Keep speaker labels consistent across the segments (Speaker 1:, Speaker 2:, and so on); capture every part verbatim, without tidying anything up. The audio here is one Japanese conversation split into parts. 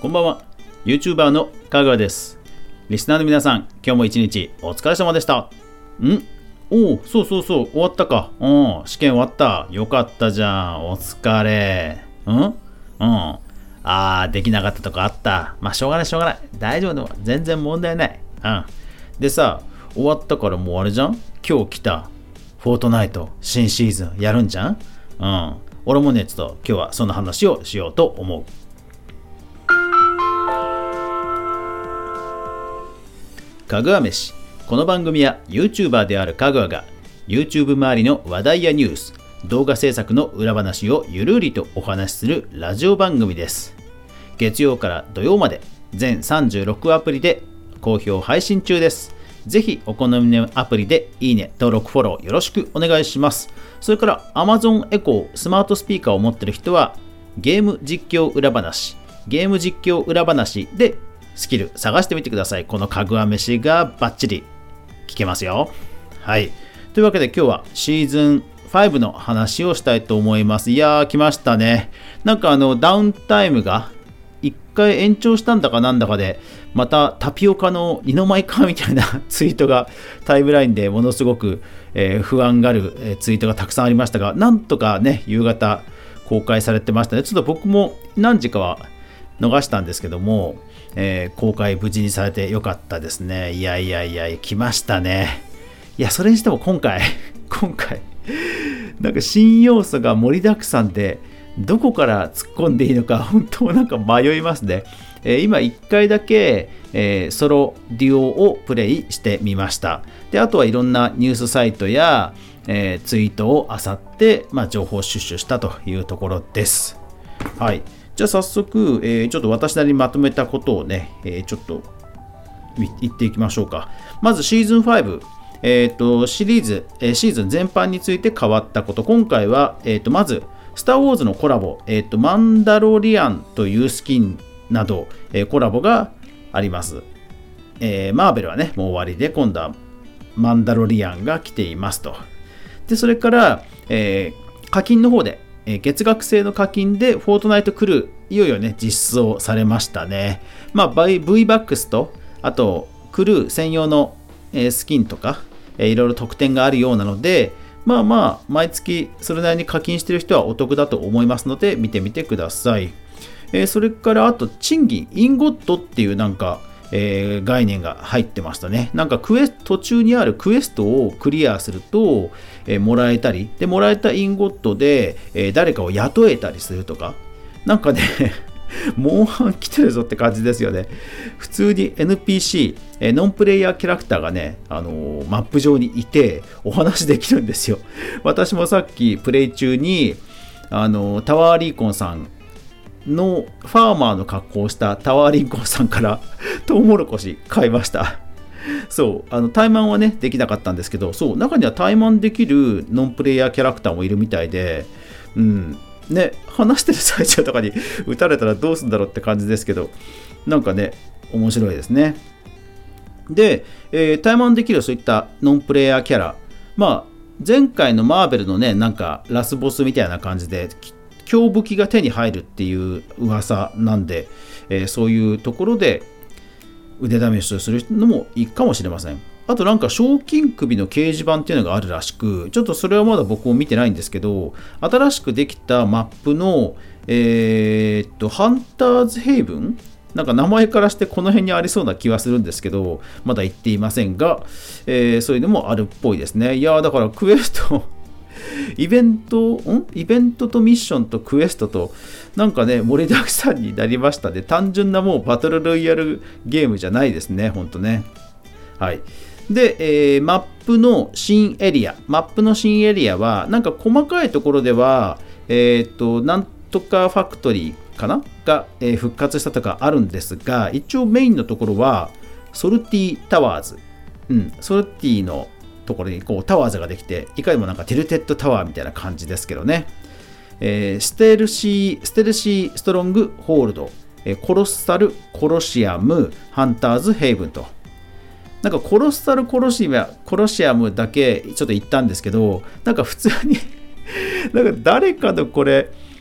Speaker 1: こんばんは。 YouTuber のかぐわです。リスナーの皆さん、今日も一日お疲れ様でした。んおお、そうそうそう、終わったか。うん、試験終わった。よかったじゃん。お疲れ。うんうんあー、できなかったとこあった。まあしょうがないしょうがない。大丈夫だわ。全然問題ない。うんでさ、終わったからもうあれじゃん。今日来たフォートナイト新シーズンやるんじゃん。うん俺もねちょっと今日はその話をしようと思う。かぐわ飯。この番組は YouTuber であるかぐわが YouTube 周りの話題やニュース、動画制作の裏話をゆるりとお話しするラジオ番組です。月曜から土曜まで全さんじゅうろくアプリで好評配信中です。ぜひお好みのアプリでいいね、登録、フォローよろしくお願いします。それから Amazon Echo スマートスピーカーを持っている人はゲーム実況裏話、ゲーム実況裏話でスキル探してみてください。このかぐわ飯がバッチリ聞けますよ。はい。というわけで今日はシーズンごの話をしたいと思います。いやー来ましたね。なんかあのダウンタイムがいっかい延長したんだかなんだかでまたタピオカの二の舞かみたいなツイートがタイムラインでものすごく、えー、不安がある、えー、ツイートがたくさんありましたが、なんとかね夕方公開されてましたね。ちょっと僕も何時かは逃したんですけども、えー、公開無事にされてよかったですね。いやいやいや来ましたね。いやそれにしても今回今回なんか新要素が盛りだくさんでどこから突っ込んでいいのか本当なんか迷いますね。えー、今いっかいだけ、えー、ソロデュオをプレイしてみました。であとはいろんなニュースサイトや、えー、ツイートを漁って、まあ、情報収集したというところです。はい。じゃあ早速、えー、ちょっと私なりにまとめたことをね、えー、ちょっと言っていきましょうか。まずシーズンご、えー、とシリーズ、えー、シーズン全般について変わったこと。今回は、えー、とまずスター・ウォーズのコラボ、えー、とマンダロリアンというスキンなど、えー、コラボがあります。えー、マーベルはねもう終わりで今度はマンダロリアンが来ていますと。でそれから、えー、課金の方で月額制の課金でフォートナイトクルーいよいよね実装されましたね。まあ ブイバックス とあとクルー専用のスキンとかいろいろ特典があるようなので、まあまあ毎月それなりに課金してる人はお得だと思いますので見てみてください。それからあと賃金インゴットっていうなんかえー、概念が入ってましたね。なんかクエス途中にあるクエストをクリアすると、えー、もらえたりでもらえたインゴットで、えー、誰かを雇えたりするとか、なんかねモンハン来てるぞって感じですよね。普通に エヌピーシー、えー、ノンプレイヤーキャラクターがね、あのー、マップ上にいてお話できるんですよ。私もさっきプレイ中にあのー、タワーリーコンさんのファーマーの格好をしたタワーリンコンさんからトウモロコシ買いました。そうあのタイマンはねできなかったんですけど、そう中にはタイマンできるノンプレイヤーキャラクターもいるみたいで、うんね話してる最中とかに撃たれたらどうするんだろうって感じですけど、なんかね面白いですね。で、えー、タイマンできるそういったノンプレイヤーキャラ、まあ前回のマーベルのねなんかラスボスみたいな感じで強武器が手に入るっていう噂なんで、えー、そういうところで腕試しをするのもいいかもしれません。あとなんか賞金首の掲示板っていうのがあるらしく、ちょっとそれはまだ僕も見てないんですけど、新しくできたマップのえー、っとハンターズヘイブン、なんか名前からしてこの辺にありそうな気はするんですけど、まだ行っていませんが、えー、そういうのもあるっぽいですね。いやーだからクエストイベントんイベントとミッションとクエストとなんかね盛りだくさんになりましたね。単純なもうバトルロイヤルゲームじゃないですねほんとね。はいで、えー、マップの新エリアマップの新エリアはなんか細かいところではえっとなんとかファクトリーかなが、えー、復活したとかあるんですが、一応メインのところはソルティタワーズ、うん、ソルティのところにこうタワーズができて、いかにもなんかテルテッドタワーみたいな感じですけどね。えー、ステルシーステルシーストロングホールド、えー、コロッサルコロシアムハンターズヘイブンと、なんかコロッサルコロシアムコロシアムだけちょっと言ったんですけど、なんか普通になんか誰かのこれ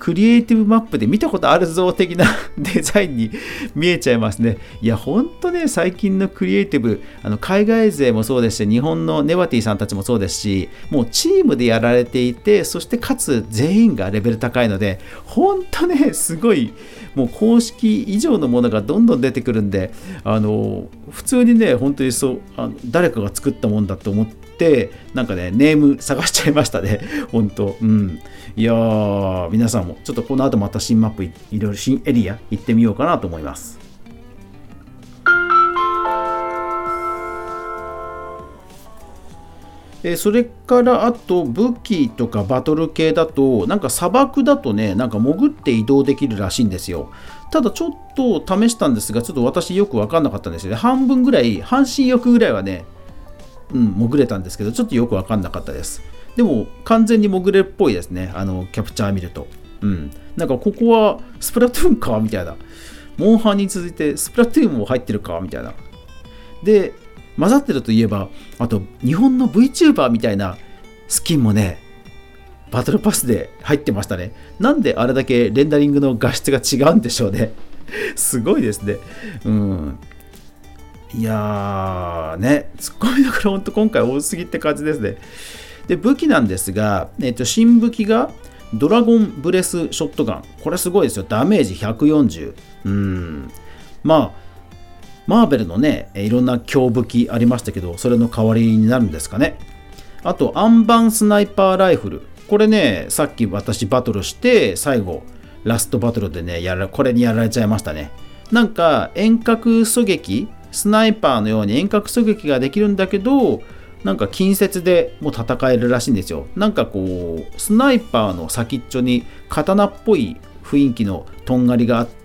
Speaker 1: クリエイティブマップで見たことあるぞ的なデザインに見えちゃいますね。いやほんとね、最近のクリエイティブ、あの海外勢もそうですし、日本のネバティさんたちもそうですし、もうチームでやられていて、そしてかつ全員がレベル高いので、ほんとねすごい、もう公式以上のものがどんどん出てくるんで、あの普通にね本当にそう、あの誰かが作ったもんだと思ってなんかねネーム探しちゃいましたね。本当、うん、いやー、皆さんもちょっとこの後また新マップいろいろ新エリア行ってみようかなと思います。それからあと武器とかバトル系だと、なんか砂漠だとね、なんか潜って移動できるらしいんですよ。ただちょっと試したんですが、ちょっと私よく分かんなかったんですよね。半分ぐらい、半身浴ぐらいはね、うん、潜れたんですけど、ちょっとよく分かんなかったです。でも完全に潜れるっぽいですね、あのキャプチャー見ると。うん、なんかここはスプラトゥーンかみたいな。モンハンに続いてスプラトゥーンも入ってるかみたいな。で混ざってるといえば、あと日本の VTuber みたいなスキンもね、バトルパスで入ってましたね。なんであれだけレンダリングの画質が違うんでしょうね。すごいですね。うん。いやーね、ツッコミどころほんと今回多すぎって感じですね。で、武器なんですが、えっと、新武器がドラゴンブレスショットガン。これすごいですよ。ダメージひゃくよんじゅう。うん。まあ、マーベルのね、いろんな強武器ありましたけど、それの代わりになるんですかね。あと、アンバンスナイパーライフル。これね、さっき私バトルして、最後、ラストバトルでね、やらこれにやられちゃいましたね。なんか、遠隔狙撃、スナイパーのように遠隔狙撃ができるんだけど、なんか近接でも戦えるらしいんですよ。なんかこう、スナイパーの先っちょに刀っぽい雰囲気のとんがりがあって、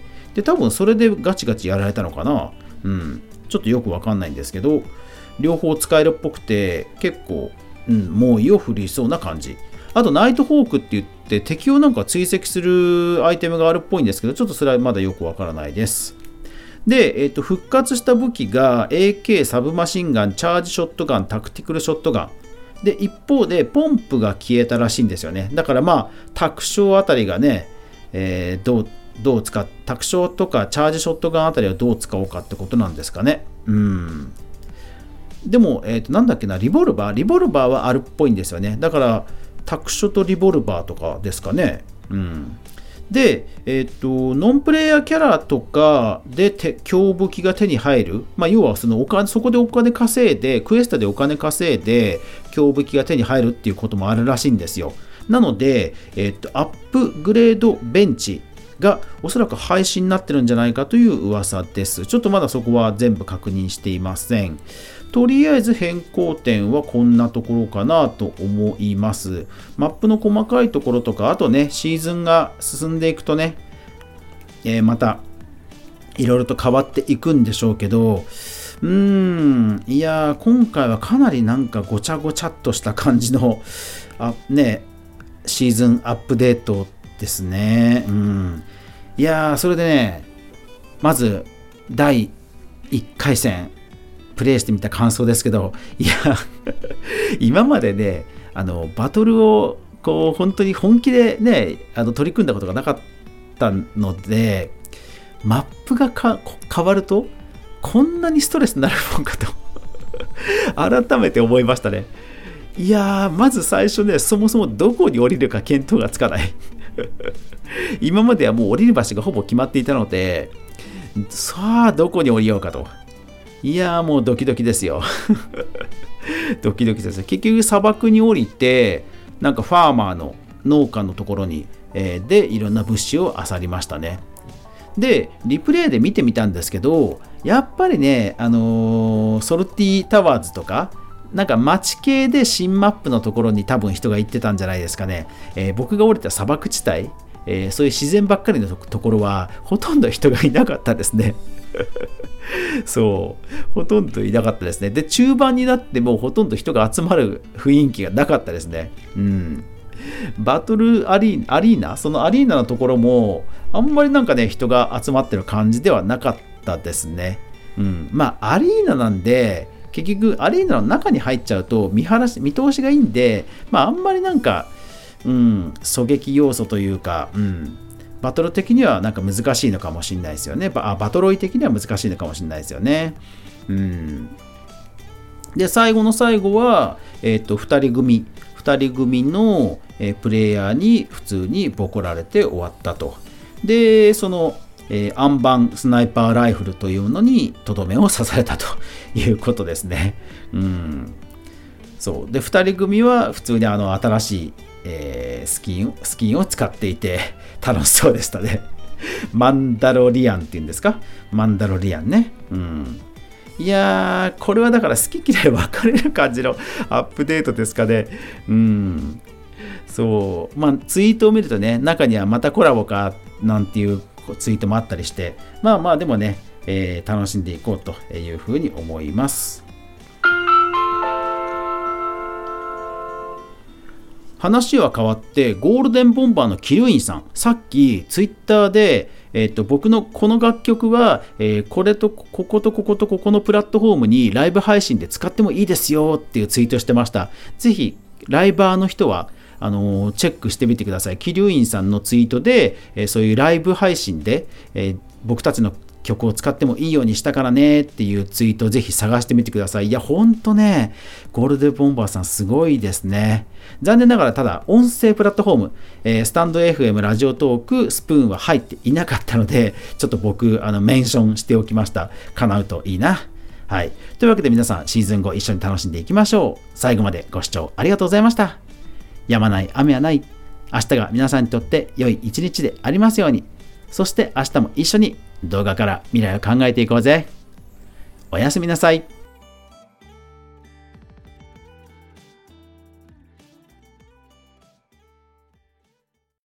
Speaker 1: で多分それでガチガチやられたのかな。うん、ちょっとよくわかんないんですけど、両方使えるっぽくて結構、うん、猛威を振りそうな感じ。あとナイトホークって言って敵をなんか追跡するアイテムがあるっぽいんですけど、ちょっとそれはまだよくわからないです。で、えーと、復活した武器が エーケー サブマシンガン、チャージショットガン、タクティクルショットガンで、一方でポンプが消えたらしいんですよね。だからまあ卓章あたりがね、えー、どうどう使っ卓章とかチャージショットガンあたりはどう使おうかってことなんですかね。うん。でも、えーと、なんだっけな、リボルバーリボルバーはあるっぽいんですよね。だから卓書とリボルバーとかですかね。うん。で、えーと、ノンプレイヤーキャラとかで強武器が手に入る、まあ、要はそのお金、そこでお金稼いで、クエストでお金稼いで強武器が手に入るっていうこともあるらしいんですよ。なので、えーと、アップグレードベンチがおそらく廃止になってるんじゃないかという噂です。ちょっとまだそこは全部確認していません。とりあえず変更点はこんなところかなと思います。マップの細かいところとか、あとね、シーズンが進んでいくとね、えー、またいろいろと変わっていくんでしょうけど、うーん、いやー、今回はかなりなんかごちゃごちゃっとした感じの、あ、ね、シーズンアップデートですね。うん。いやー、それでね、まずだいいっかい戦プレイしてみた感想ですけど、いや今までね、あのバトルをこう本当に本気でね、あの取り組んだことがなかったので、マップがか変わるとこんなにストレスになるもんかと改めて思いましたね。いやー、まず最初ね、そもそもどこに降りるか見当がつかない今まではもう降りる場所がほぼ決まっていたので、さあどこに降りようかと。いやー、もうドキドキですよドキドキです。結局砂漠に降りて、なんかファーマーの農家のところに、えー、でいろんな物資を漁りましたね。でリプレイで見てみたんですけど、やっぱりね、あのー、ソルティタワーズとかなんか街系で新マップのところに多分人が行ってたんじゃないですかね。えー、僕が降りた砂漠地帯、えー、そういう自然ばっかりのところはほとんど人がいなかったですねそうほとんどいなかったですね。で中盤になってもほとんど人が集まる雰囲気がなかったですね。うん、バトルアリーナ、アリーナそのアリーナのところもあんまりなんかね人が集まってる感じではなかったですね。うん、まあアリーナなんで結局アリーナの中に入っちゃうと見晴らし見通しがいいんで、まああんまりなんかうん、狙撃要素というか、うん、バトル的にはなんか難しいのかもしれないですよね。バ, バトロイ的には難しいのかもしれないですよね。うん、で最後の最後は、えー、とふたり組ふたり組の、えー、プレイヤーに普通にボコられて終わったと。でその、えー、暗板スナイパーライフルというのにとどめを刺されたということですね。うん、そうでふたり組は普通にあの新しい、えー、スキンスキンを使っていて楽しそうでしたね。マンダロリアンっていうんですか、マンダロリアンね。うん、いやーこれはだから好き嫌い分かれる感じのアップデートですかね。うん、そうまあツイートを見るとね、中にはまたコラボかなんていうツイートもあったりして、まあまあでもね、えー、楽しんでいこうというふうに思います。話は変わってゴールデンボンバーのキルインさん、さっきツイッターで、えー、と僕のこの楽曲は、えー、これとこことこことここのプラットフォームにライブ配信で使ってもいいですよっていうツイートしてました。ぜひライバーの人はあのー、チェックしてみてください。キリュウインさんのツイートで、えー、そういうライブ配信で、えー、僕たちの曲を使ってもいいようにしたからねっていうツイートをぜひ探してみてください。いやほんとね、ゴールデンボンバーさんすごいですね。残念ながらただ音声プラットフォーム、えー、スタンド エフエム ラジオトークスプーンは入っていなかったので、ちょっと僕あのメンションしておきました。叶うといいな。はい、というわけで皆さんシーズンご一緒に楽しんでいきましょう。最後までご視聴ありがとうございました。止まない雨はない。明日が皆さんにとって良い一日でありますように。そして明日も一緒に動画から未来を考えていこうぜ。おやすみなさい。